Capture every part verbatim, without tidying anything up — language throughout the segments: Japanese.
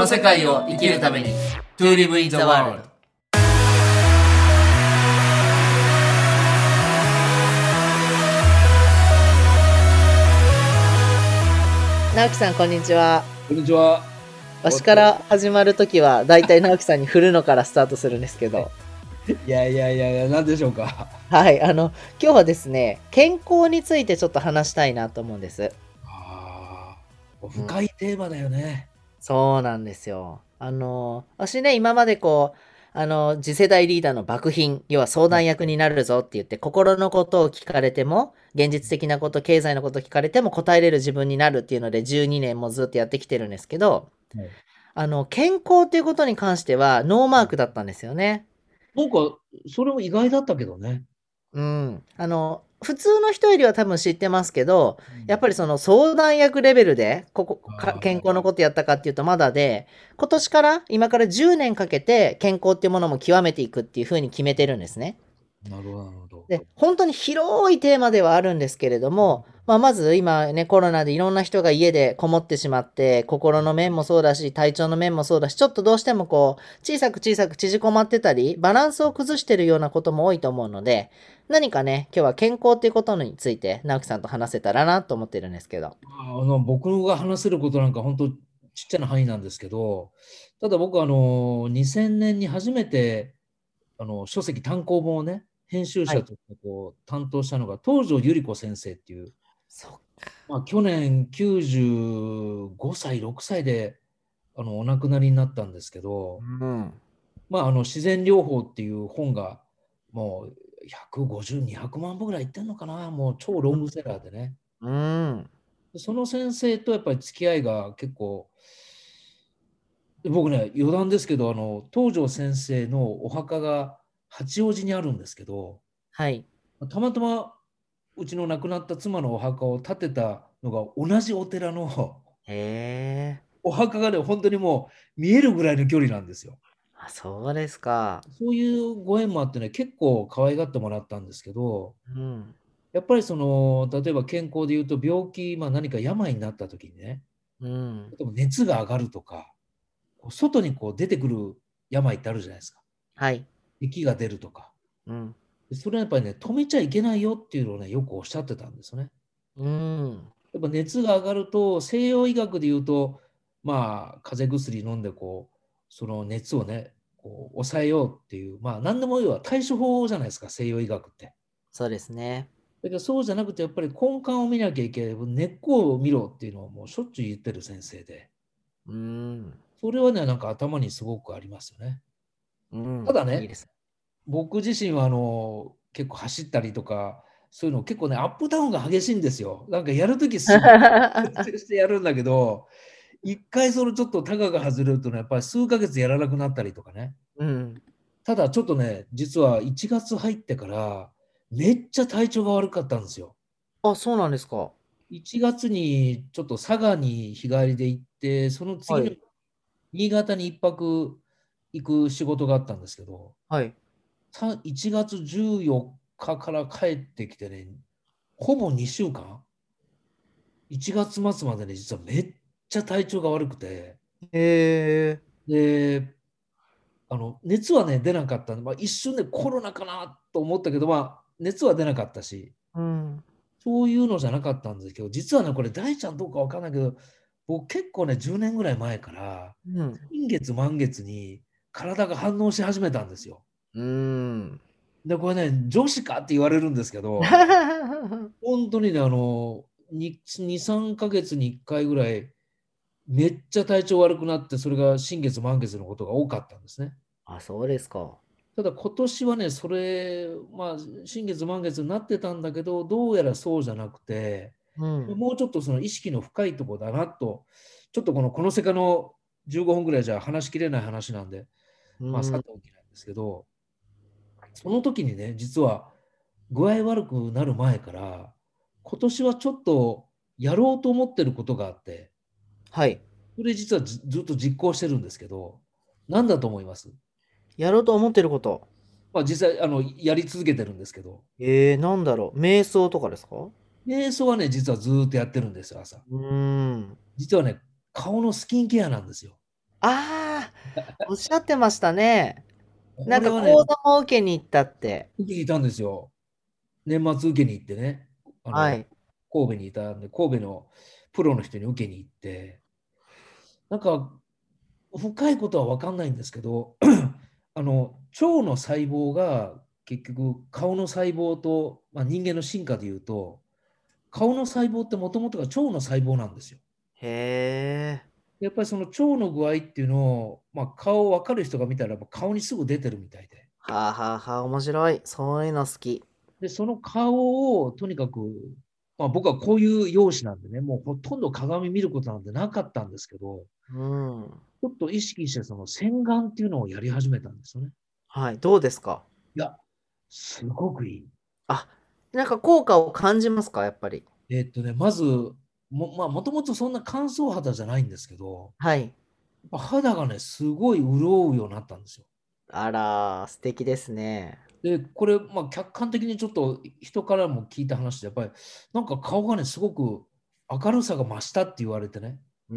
世界を生きるために To live in the world。 直樹さんこんにちは。 こんにちは。 わしから始まるときはだいたい直樹さんに振るのからスタートするんですけどいやいやいやいや、何でしょうか。 はいあの今日はですね、健康についてちょっと話したいなと思うんです。 ああ、深いテーマだよね。 そうなんですよ。あの私ね、今までこうあの次世代リーダーの幕賓、要は相談役になるぞって言って、心のことを聞かれても、現実的なこと、経済のこと聞かれても答えれる自分になるっていうのでじゅうにねんもずっとやってきてるんですけど、 はい、 あの健康っていうことに関してはノーマークだったんですよね。 なんか、それも意外だったけどね。 うん、あの普通の人よりは多分知ってますけど、 うん、 やっぱりその相談役レベルでここかあ健康のことやったかっていうとまだで、今年から今からじゅうねんかけて健康っていうものも極めていくっていう風に決めてるんですね。 ーなるほど、なるほど。 で、本当に広いテーマではあるんですけれども、まあ、まず今ね、コロナでいろんな人が家でこもってしまって、心の面もそうだし、体調の面もそうだし、ちょっとどうしてもこう、小さく小さく縮こまってたり、バランスを崩してるようなことも多いと思うので、何かね、今日は健康っていうことについて、直樹さんと話せたらなと思ってるんですけど。 あの僕が話せることなんか本当ちっちゃな範囲なんですけど、ただ僕はあのにせんねんに初めてあの書籍単行本をね、編集はい。 者としてこう担当したのが東條百合子先生っていう、 そまあ、去年きゅうじゅうごさい、ろくさいであのお亡くなりになったんですけど、 う。うん。 まあ、あの自然療法っていう本がもうひゃくごじゅう、にひゃくまん部ぐらいいってんのかな、もう超ロングセラーでね。 うん。 でその先生とやっぱり付き合いが結構、で僕ね、余談ですけど、あの東條先生のお墓が八王子にあるんですけど、 はい。 たまたまうちの亡くなった妻のお墓を建てたのが同じお寺のへえ。 お墓がね、本当にもう見えるぐらいの距離なんですよ。 あ、そうですか。 そういうご縁もあってね、結構可愛がってもらったんですけど、 うん。 やっぱりその、例えば健康で言うと病気、まあ、何か病になった時にね、 うん。 例えば熱が上がるとか、こう外にこう出てくる病ってあるじゃないですか。 はい。 息が出るとか。 うん。 でそれはやっぱりね、止めちゃいけないよっていうのをね、よくおっしゃってたんですよね。 うん。 やっぱ熱が上がると、西洋医学で言うと、まあ、風邪薬飲んでこう、その熱をね、こう抑えようっていう、まあ、何でも要は対処法じゃないですか、西洋医学って。 そうですね。 だけどそうじゃなくて、やっぱり根幹を見なきゃいけない、根っこを見ろっていうのをもうしょっちゅう言ってる先生で、 うん。 それはね、なんか頭にすごくありますよね。 うん。 ただね、 いいです。 僕自身はあの結構走ったりとか、そういうの結構ね、アップダウンが激しいんですよ。なんかやるときすっごい徹底してやるんだけど、一回そのちょっとタガが外れるとね、やっぱり数ヶ月やらなくなったりとかね。 うん。 ただちょっとね、実はいちがつ入ってから、めっちゃ体調が悪かったんですよ。 あ、そうなんですか。 いちがつにちょっと佐賀に日帰りで行って、その次のはい。 新潟に一泊行く仕事があったんですけど、 はい。 さいちがつじゅうよっかかから帰ってきてね、ほぼにしゅうかん、いちがつ末までね、実はめっちゃ体調が悪くて、 へえ。 で、あの熱はね、出なかったんで、まあ、一瞬でコロナかなと思ったけど、まあ、熱は出なかったし、 うん。 そういうのじゃなかったんですけど、実はね、これ、大ちゃんどうかわかんないけど、僕、結構ね、じゅうねんぐらい前から、 うん。 新月、満月に体が反応し始めたんですよ。 うーん。 で、これね、女子かって言われるんですけど、本当にね、あの、に、に、さんかげつにいっかいぐらい、めっちゃ体調悪くなって、それが新月、満月のことが多かったんですね。 あ、そうですか。 ただ今年はね、それ、まあ、新月、満月になってたんだけど、どうやらそうじゃなくて、 うん。 もうちょっとその意識の深いところだなと、ちょっとこの、この世界のじゅうごふんぐらいじゃ話しきれない話なんで、まあ、さうん。 ておきなんですけど、その時にね、実は具合悪くなる前から、今年はちょっとやろうと思ってることがあって、 はい。 それ実はず、ずっと実行してるんですけど、何だと思います？ やろうと思ってること。 まあ、実際あのやり続けてるんですけど、 えー、なんだろう。瞑想とかですか？う瞑想はね、実はずっとやってるんですよ、朝。 ーん。 実はね、顔のスキンケアなんですよ。 ああ、おっしゃってましたね。なんかこれはね、 講座も受けに行ったって。 受けにいたんですよ。年末受けに行ってね、あの、 はい。 神戸にいたんで、神戸のプロの人に受けに行って、なんか、深いことは分かんないんですけど、あの、腸の細胞が結局、顔の細胞と、まあ、人間の進化でいうと、顔の細胞ってもともとが腸の細胞なんですよ。 へえ。 やっぱりその腸の具合っていうのを、まあ、顔分かる人が見たら、顔にすぐ出てるみたいで。 はあはあはあ、面白い。そういうの好き。 で、その顔をとにかく、まあ、僕はこういう容姿なんでね、もうほとんど鏡見ることなんてなかったんですけど、 うん。 ちょっと意識してその洗顔っていうのをやり始めたんですよね。 はい、どうですか？ いや、すごくいい。 あ、なんか効果を感じますか？やっぱり。 えーっとね、まず、も、まあ、もともとそんな乾燥肌じゃないんですけど、 はい。 やっぱ肌がね、すごい潤うようになったんですよ。 あら、素敵ですね。 で、これ、まあ、客観的にちょっと人からも聞いた話で、やっぱり、なんか顔がね、すごく明るさが増したって言われてね、 うん。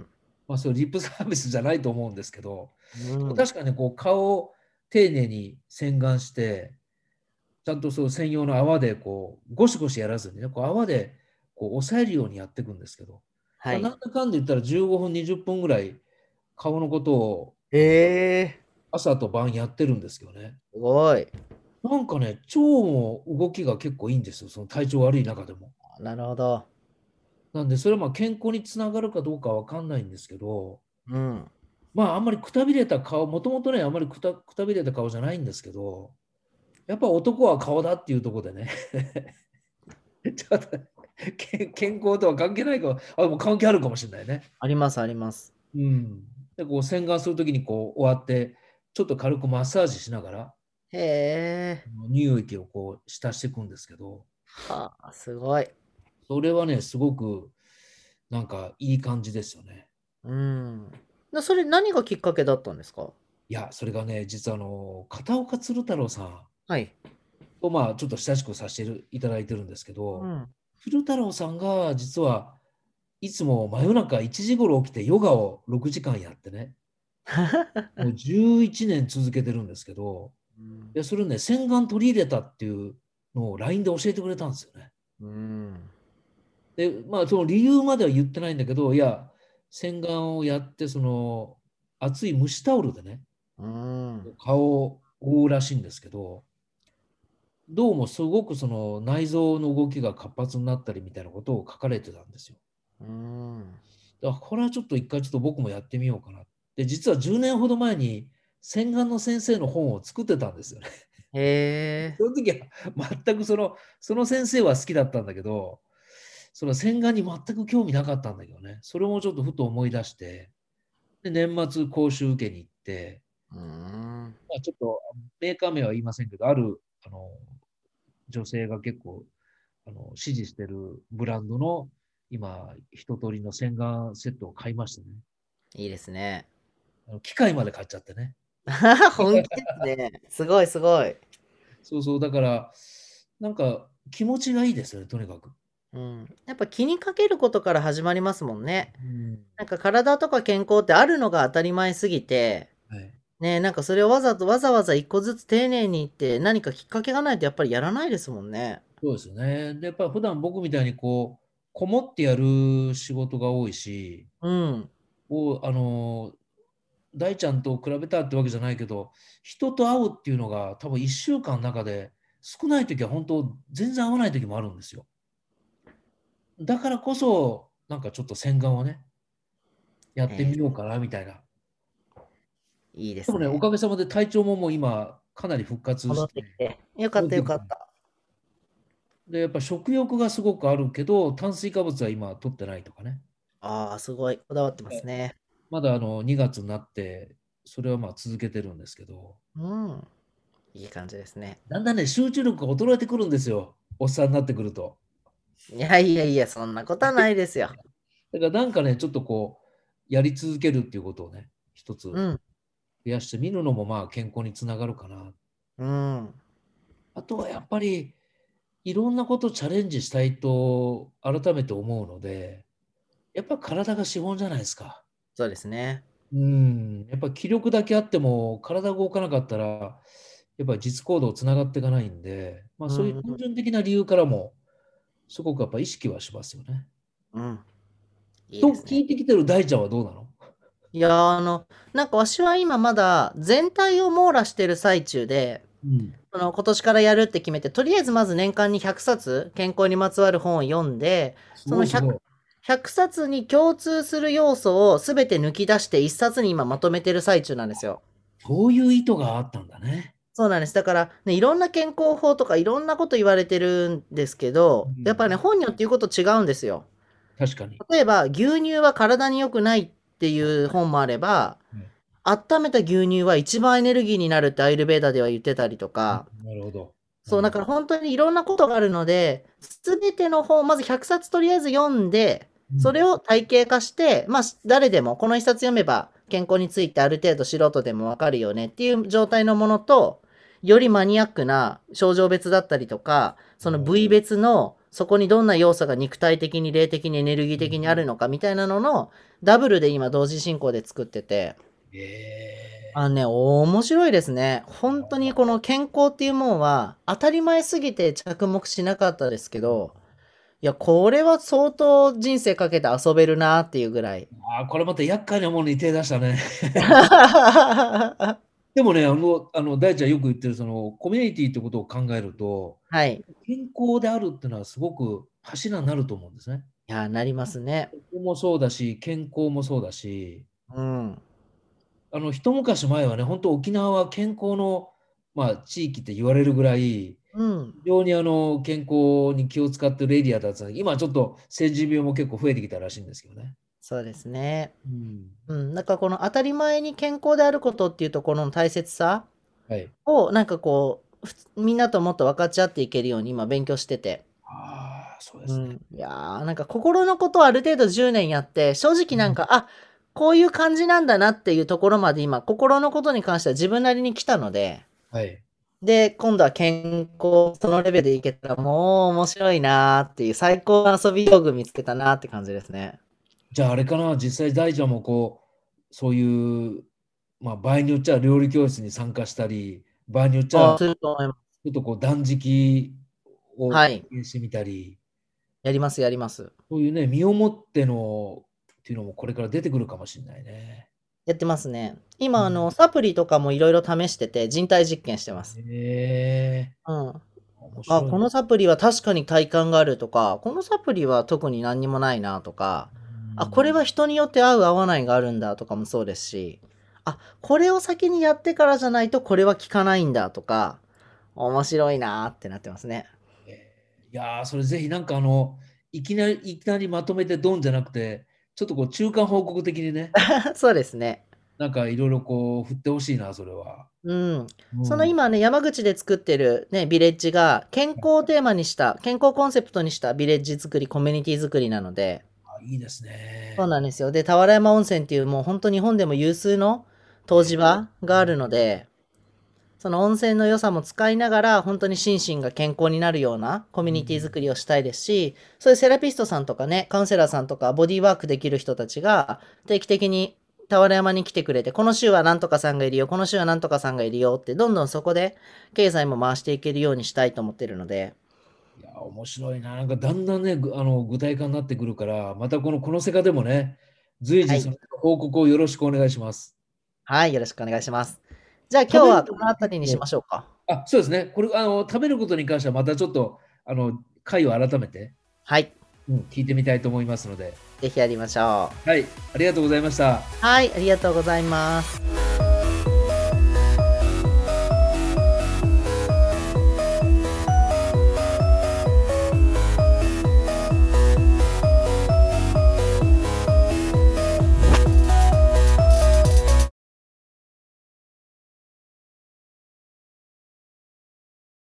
まあ、それリップサービスじゃないと思うんですけど、 うん。 確かにこう顔を丁寧に洗顔して、ちゃんとそう専用の泡でこうゴシゴシやらずにね、こう泡でこう押さえるようにやっていくんですけど、まあ、なはい。 んだかんだ言ったらじゅうごふん、にじゅっぷんぐらい顔のことをあのええ、 朝と晩やってるんですけどね。 すごい。 なんかね、腸も動きが結構いいんですよ、その体調悪い中でも。 なるほど。 なんで、それはまあ健康につながるかどうかわかんないんですけど、 うん。 まあ、あんまりくたびれた顔、もともとね、あんまりくた、くたびれた顔じゃないんですけど、やっぱ男は顔だっていうところでね、ちょっと健健康とは関係ないか、あ、でも関係あるかもしれないね。 ありますあります。 うん。で、こう洗顔するときにこう終わって、ちょっと軽くマッサージしながら、 へえ。 乳液をこう浸していくんですけど、 はあ、すごい。 それはね、すごくなんかいい感じですよね。 うん。な、それ何がきっかけだったんですか？ いや、それがね、実はあの、片岡鶴太郎さんはい。 と、まあ、ちょっと親しくさせていただいてるんですけど、 うん。 鶴太郎さんが実はいつも真夜中いちじ頃起きてヨガをろくじかんやってね、もうじゅういちねん続けてるんですけど、 うん。 いや、それをね、洗顔取り入れたっていうのを ライン で教えてくれたんですよね。 うん。 で、まあ、その理由までは言ってないんだけど、いや、洗顔をやって、その、熱い蒸しタオルでね、 うん。 顔を覆うらしいんですけど、どうもすごくその内臓の動きが活発になったりみたいなことを書かれてたんですよ。 うん。 だからこれはちょっと一回ちょっと僕もやってみようかな。で、実はじゅうねんほど前に洗顔の先生の本を作ってたんですよね。 へえ。 その時は全くその、その先生は好きだったんだけど、その洗顔に全く興味なかったんだけどね、それもちょっとふと思い出して、で、年末講習受けに行って、 うん。 まあ、ちょっとメーカー名は言いませんけど、あるあの女性が結構あの支持してるブランドの今、一通りの洗顔セットを買いましたね。 いいですね。 あの機械まで買っちゃってね。 本気ですね。すごいすごい。 そうそう、だから、なんか気持ちがいいですよね、とにかく。 うん。やっぱ気にかけることから始まりますもんね。 うん。 なんか体とか健康ってあるのが当たり前すぎて、 はい。 ね、なんかそれをわざとわざわざ一個ずつ丁寧に言って何かきっかけがないとやっぱりやらないですもんね。 そうですよね。で、やっぱり普段僕みたいにこう、こもってやる仕事が多いし、 うん。 こう、あの、大ちゃんと比べたってわけじゃないけど、人と会うっていうのが多分いっしゅうかんの中で少ない時は本当全然会わない時もあるんですよ。だからこそ、なんかちょっと洗顔をね、やってえみようかなみたいな。 ーいいででもね、おすね。 かげさまで体調ももう今、かなり復活戻して、 ってきて。よかったよ戻ってきてかった。 で、やっぱ食欲がすごくあるけど、炭水化物は今取ってないとかね。 ああ、すごい。こだわってますね。 まだあのにがつになって、それはまあ続けてるんですけど、 うん。いい感じですね。 だんだんね、集中力が衰えてくるんですよ。おっさんになってくると。 いやいやいや、そんなことはないですよ。 だからなんかね、ちょっとこう、やり続けるっていうことをね、一つ増うん。 やしてみるのもまあ健康につながるかな。 うん。 あとはやっぱり、いろんなことチャレンジしたいと改めて思うので、やっぱ体が資本じゃないですか。 そうですね。 うん、やっぱり気力だけあっても体が動かなかったら、やっぱり実行動つながっていかないんで、まあ、そういう単うん、 純的な理由からも、すごくやっぱ意識はしますよね。 うん。いいですね。 と聞いてきてる大ちゃんはどうなの？ いやー、あの、なんかわしは今まだ全体を網羅してる最中で、 うん。 その今年からやるって決めて、とりあえずまず年間にひゃくさつ健康にまつわる本を読んで、その100、 すごいすごい。 ひゃくさつに共通する要素を全て抜き出していっさつに今まとめてる最中なんですよ。 そういう意図があったんだね。 そうなんです。だからね、いろんな健康法とかいろんなこと言われてるんですけど、やっぱりね、 うん、 本によって言うこと違うんですよ。 確かに。 例えば、牛乳は体に良くないっていう本もあれば、 はい、 温めた牛乳は一番エネルギーになるってアイルベーダでは言ってたりとか、 なるほど。なそう、 るほど。 だから本当にいろんなことがあるので、すべての本、まずひゃくさつとりあえず読んで、 うん、 それを体系化して、まあ、誰でもこの一冊読めば健康についてある程度素人でもわかるよねっていう状態のものと、よりマニアックな症状別だったりとか、その部位別のそこにどんな要素が肉体的に霊的にエネルギー的にあるのかみたいなののダブルで今同時進行で作ってて、 えあのね、面白いですね。本当にこの健康っていうもんは当たり前すぎて着目しなかったですけど、いや、これは相当人生かけて遊べるなっていうぐらい。 ー、あー、これまた厄介なものに手出したね。でもね、あの、あの大ちゃんよく言ってる、そのコミュニティってことを考えると、 はい。 健康であるっていうのはすごく柱になると思うんですね。 いや、なりますね。 ここもそうだし、健康もそうだし、 うん。 あの一昔前はね、本当沖縄は健康の、まあ、地域って言われるぐらい、 うん。 非常にあの健康に気を使ってるエリアだったんですけど、今ちょっと成人病も結構増えてきたらしいんですけどね。 そうですね。 うん。 うん。なんかこの当たり前に健康であることっていうところの大切さはい。 を、なんかこう、ふつみんなともっと分かち合っていけるように今勉強してて。 ああ、そうですね。 うん。いやー、なんか心のことをある程度じゅうねんやって、正直うん、 なんか、あ、こういう感じなんだなっていうところまで今、心のことに関しては自分なりに来たので、 はい。 で、今度は健康、そのレベルでいけたらもう面白いなーっていう最高の遊び道具見つけたなーって感じですね。 じゃああれかな、実際大ちゃんもこう、そういう、まあ場合によっちゃ料理教室に参加したり、場合によっちああ、 ゃすると思います。 ちょっとこう断食を経はい。 験してみたり、 やります、やります。 そういうね、身をもってのっていうのもこれから出てくるかもしれないね。 やってますね。今、あうん、 の、サプリとかもいろいろ試してて、人体実験してます。 ええ、 うん。あ、 面白いな。 このサプリは確かに体感があるとか、このサプリは特に何にもないなとか、 うあ、これん、 は人によって合う合わないがあるんだとかもそうですし、あ、これを先にやってからじゃないとこれは効かないんだとか、面白いなーってなってますね。 えーいやー、それぜひなんかあの、いきなり、いきなりまとめてドンじゃなくて、ちょっとこう中間報告的にね、 そうですね。 なんかいろいろこう振ってほしいな、それは。 うん。 うん。 その今ね、山口で作ってるね、ビレッジが健康をテーマにした、健康コンセプトにしたビレッジ作り、コミュニティ作りなので、 あ、いいですそうね。 なんですよ。で、俵山温泉っていうもう本当日本でも有数の湯治場があるので、その温泉の良さも使いながら、本当に心身が健康になるようなコミュニティ作りをしたいですし、そういうセラピストさんとかね、カウンセラーさんとか、ボディーワークできる人たちが、定期的に俵山に来てくれて、この週はなんとかさんがいるよ、この週はなんとかさんがいるよって、どんどんそこで経済も回していけるようにしたいと思ってるので、 いや、面白いな。なんかだんだんね、ぐあの具体化になってくるから、またこのこの世界でもね、随はい。 時その報告をよろしくお願いします。 はい、よろしくお願いします。じゃあ今日食べるはこの辺りにしましょうか。 あ、そうですね。これ、あの、食べることに関してはまたちょっと、あの、回を改めて、 はい。 うん、聞いてみたいと思いますので。 ぜひやりましょう。 はい、ありがとうございました。 はい、ありがとうございます。